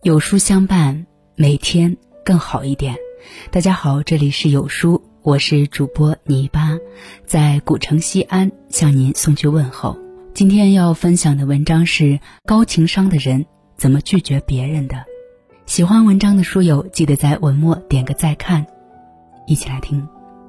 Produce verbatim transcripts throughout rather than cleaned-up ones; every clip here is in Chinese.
有书相伴，每天更好一点。大家好，这里是有书，我是主播泥巴，在古城西安向您送去问候。今天要分享的文章是高情商的人怎么拒绝别人的。喜欢文章的书友记得在文末点个再看，一起来听。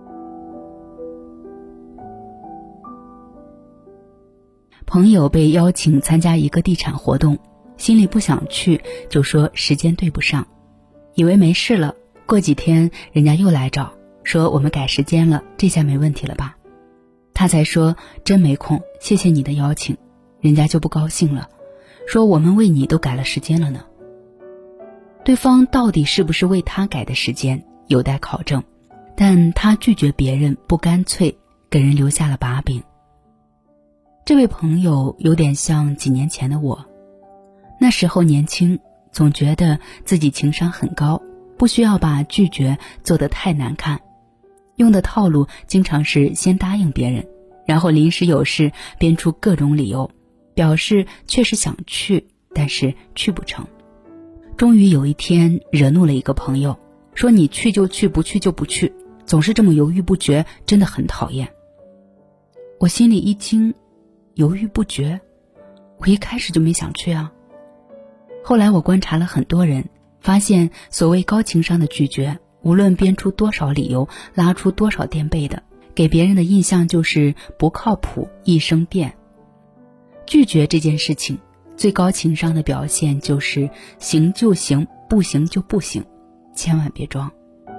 朋友被邀请参加一个地产活动，心里不想去，就说时间对不上，以为没事了，过几天人家又来找，说我们改时间了，这下没问题了吧？他才说真没空，谢谢你的邀请，人家就不高兴了，说我们为你都改了时间了呢。对方到底是不是为他改的时间有待考证，但他拒绝别人不干脆，给人留下了把柄。这位朋友有点像几年前的我，那时候年轻，总觉得自己情商很高，不需要把拒绝做得太难看，用的套路经常是先答应别人，然后临时有事编出各种理由，表示确实想去，但是去不成。终于有一天惹怒了一个朋友，说你去就去，不去就不去，总是这么犹豫不决，真的很讨厌。我心里一惊，犹豫不决？我一开始就没想去啊。后来我观察了很多人，发现所谓高情商的拒绝，无论编出多少理由，拉出多少垫背的，给别人的印象就是不靠谱，一生变。拒绝这件事情，最高情商的表现就是行就行，不行就不行，千万别装。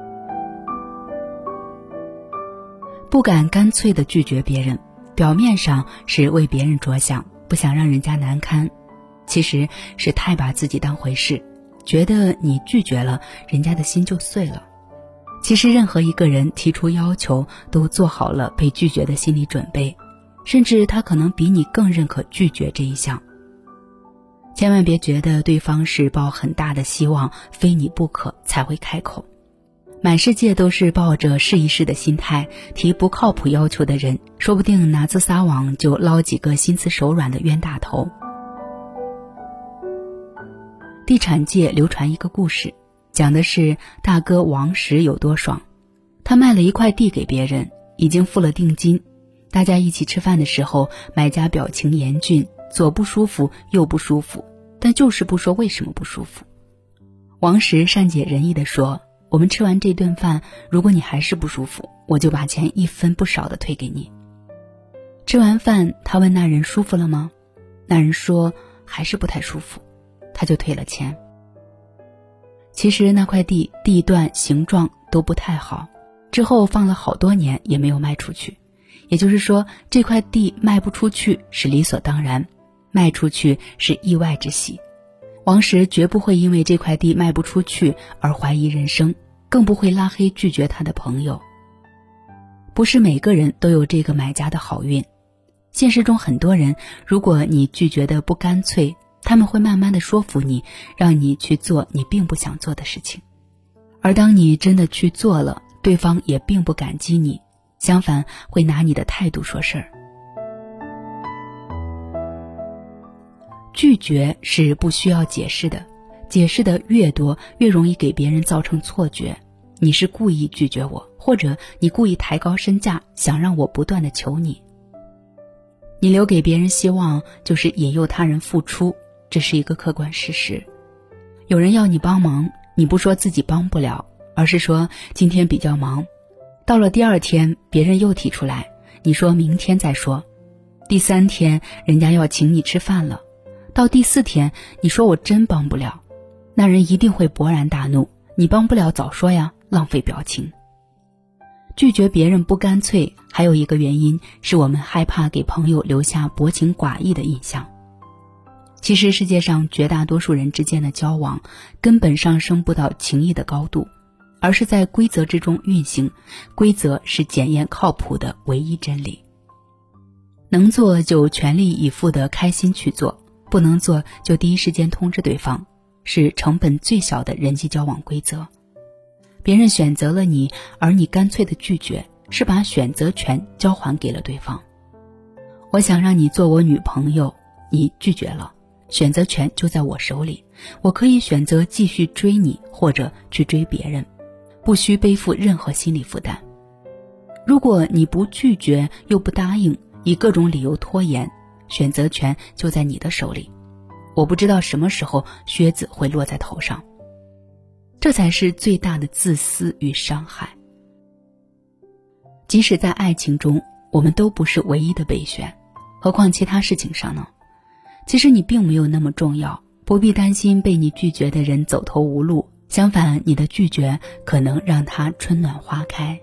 不敢干脆地拒绝别人，表面上是为别人着想，不想让人家难堪，其实是太把自己当回事，觉得你拒绝了，人家的心就碎了。其实任何一个人提出要求，都做好了被拒绝的心理准备，甚至他可能比你更认可拒绝这一项。千万别觉得对方是抱很大的希望，非你不可才会开口。满世界都是抱着试一试的心态提不靠谱要求的人，说不定拿自撒网就捞几个心慈手软的冤大头。地产界流传一个故事，讲的是大哥王石有多爽。他卖了一块地给别人，已经付了定金，大家一起吃饭的时候，买家表情严峻，左不舒服右不舒服，但就是不说为什么不舒服。王石善解人意地说，我们吃完这顿饭，如果你还是不舒服，我就把钱一分不少的退给你。吃完饭，他问那人舒服了吗？那人说还是不太舒服，他就退了钱。其实那块地地段形状都不太好，之后放了好多年也没有卖出去，也就是说这块地卖不出去是理所当然，卖出去是意外之喜。王石绝不会因为这块地卖不出去而怀疑人生，更不会拉黑拒绝他的朋友。不是每个人都有这个买家的好运，现实中很多人，如果你拒绝的不干脆，他们会慢慢的说服你，让你去做你并不想做的事情。而当你真的去做了，对方也并不感激你，相反会拿你的态度说事儿。拒绝是不需要解释的，解释的越多，越容易给别人造成错觉，你是故意拒绝我，或者你故意抬高身价，想让我不断的求你。你留给别人希望，就是引诱他人付出，这是一个客观事实。有人要你帮忙，你不说自己帮不了，而是说今天比较忙。到了第二天，别人又提出来，你说明天再说。第三天，人家要请你吃饭了。到第四天，你说我真帮不了，那人一定会勃然大怒，你帮不了早说呀，浪费表情。拒绝别人不干脆，还有一个原因是我们害怕给朋友留下薄情寡义的印象。其实世界上绝大多数人之间的交往根本上升不到情谊的高度，而是在规则之中运行，规则是检验靠谱的唯一真理。能做就全力以赴的开心去做，不能做就第一时间通知对方，是成本最小的人际交往规则。别人选择了你，而你干脆的拒绝，是把选择权交还给了对方。我想让你做我女朋友，你拒绝了， 选择权就在我手里，我可以选择继续追你，或者去追别人，不需背负任何心理负担。如果你不拒绝又不答应，以各种理由拖延，选择权就在你的手里。我不知道什么时候靴子会落在头上。这才是最大的自私与伤害。即使在爱情中，我们都不是唯一的备选，何况其他事情上呢？其实你并没有那么重要，不必担心被你拒绝的人走投无路，相反，你的拒绝可能让他春暖花开。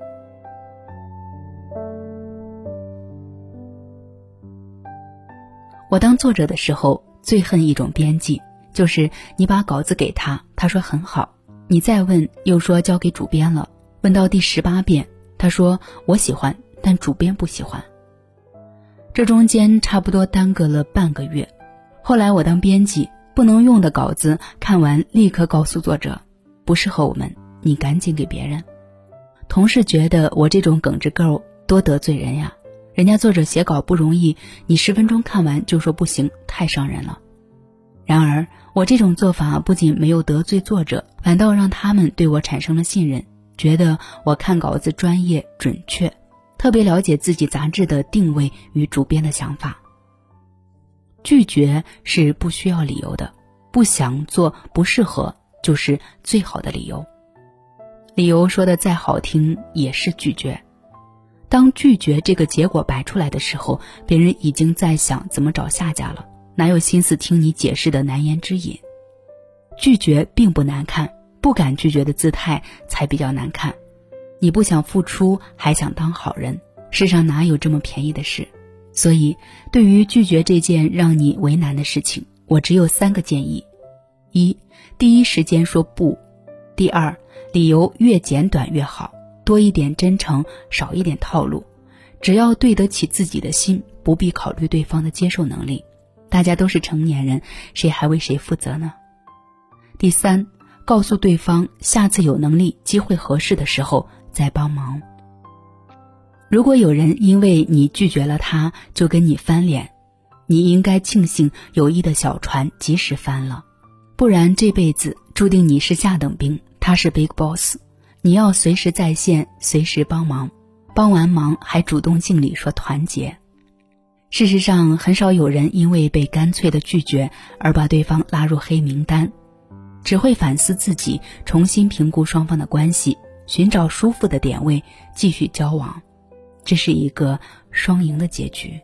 我当作者的时候，最恨一种编辑，就是你把稿子给他，他说很好，你再问又说交给主编了，问到第十八遍，他说我喜欢，但主编不喜欢。这中间差不多耽搁了半个月。后来我当编辑，不能用的稿子看完立刻告诉作者，不适合我们，你赶紧给别人。同事觉得我这种耿直 girl 多得罪人呀，人家作者写稿不容易，你十分钟看完就说不行，太伤人了。然而我这种做法不仅没有得罪作者，反倒让他们对我产生了信任，觉得我看稿子专业准确，特别了解自己杂志的定位与主编的想法。拒绝是不需要理由的，不想做，不适合，就是最好的理由。理由说的再好听也是拒绝。当拒绝这个结果摆出来的时候，别人已经在想怎么找下家了，哪有心思听你解释的难言之隐。拒绝并不难看，不敢拒绝的姿态才比较难看。你不想付出，还想当好人，世上哪有这么便宜的事？所以对于拒绝这件让你为难的事情，我只有三个建议。一，第一时间说不。第二，理由越简短越好，多一点真诚，少一点套路，只要对得起自己的心，不必考虑对方的接受能力。大家都是成年人，谁还为谁负责呢？第三，告诉对方下次有能力、机会合适的时候再帮忙。如果有人因为你拒绝了他就跟你翻脸，你应该庆幸友谊的小船及时翻了，不然这辈子注定你是下等兵，他是 big boss， 你要随时在线，随时帮忙，帮完忙还主动敬礼说团结。事实上，很少有人因为被干脆的拒绝而把对方拉入黑名单，只会反思自己，重新评估双方的关系，寻找舒服的点位，继续交往。这是一个双赢的结局。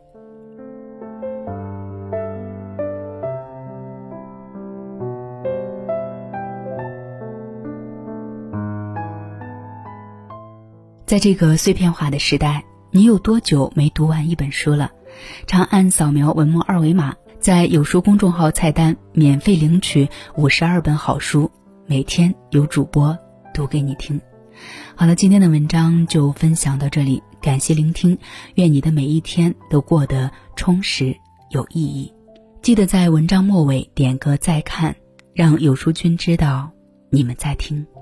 在这个碎片化的时代，你有多久没读完一本书了？长按扫描文末二维码，在有书公众号菜单免费领取五十二本好书，每天有主播读给你听。好了，今天的文章就分享到这里，感谢聆听，愿你的每一天都过得充实有意义。记得在文章末尾点个再看，让有书君知道你们在听。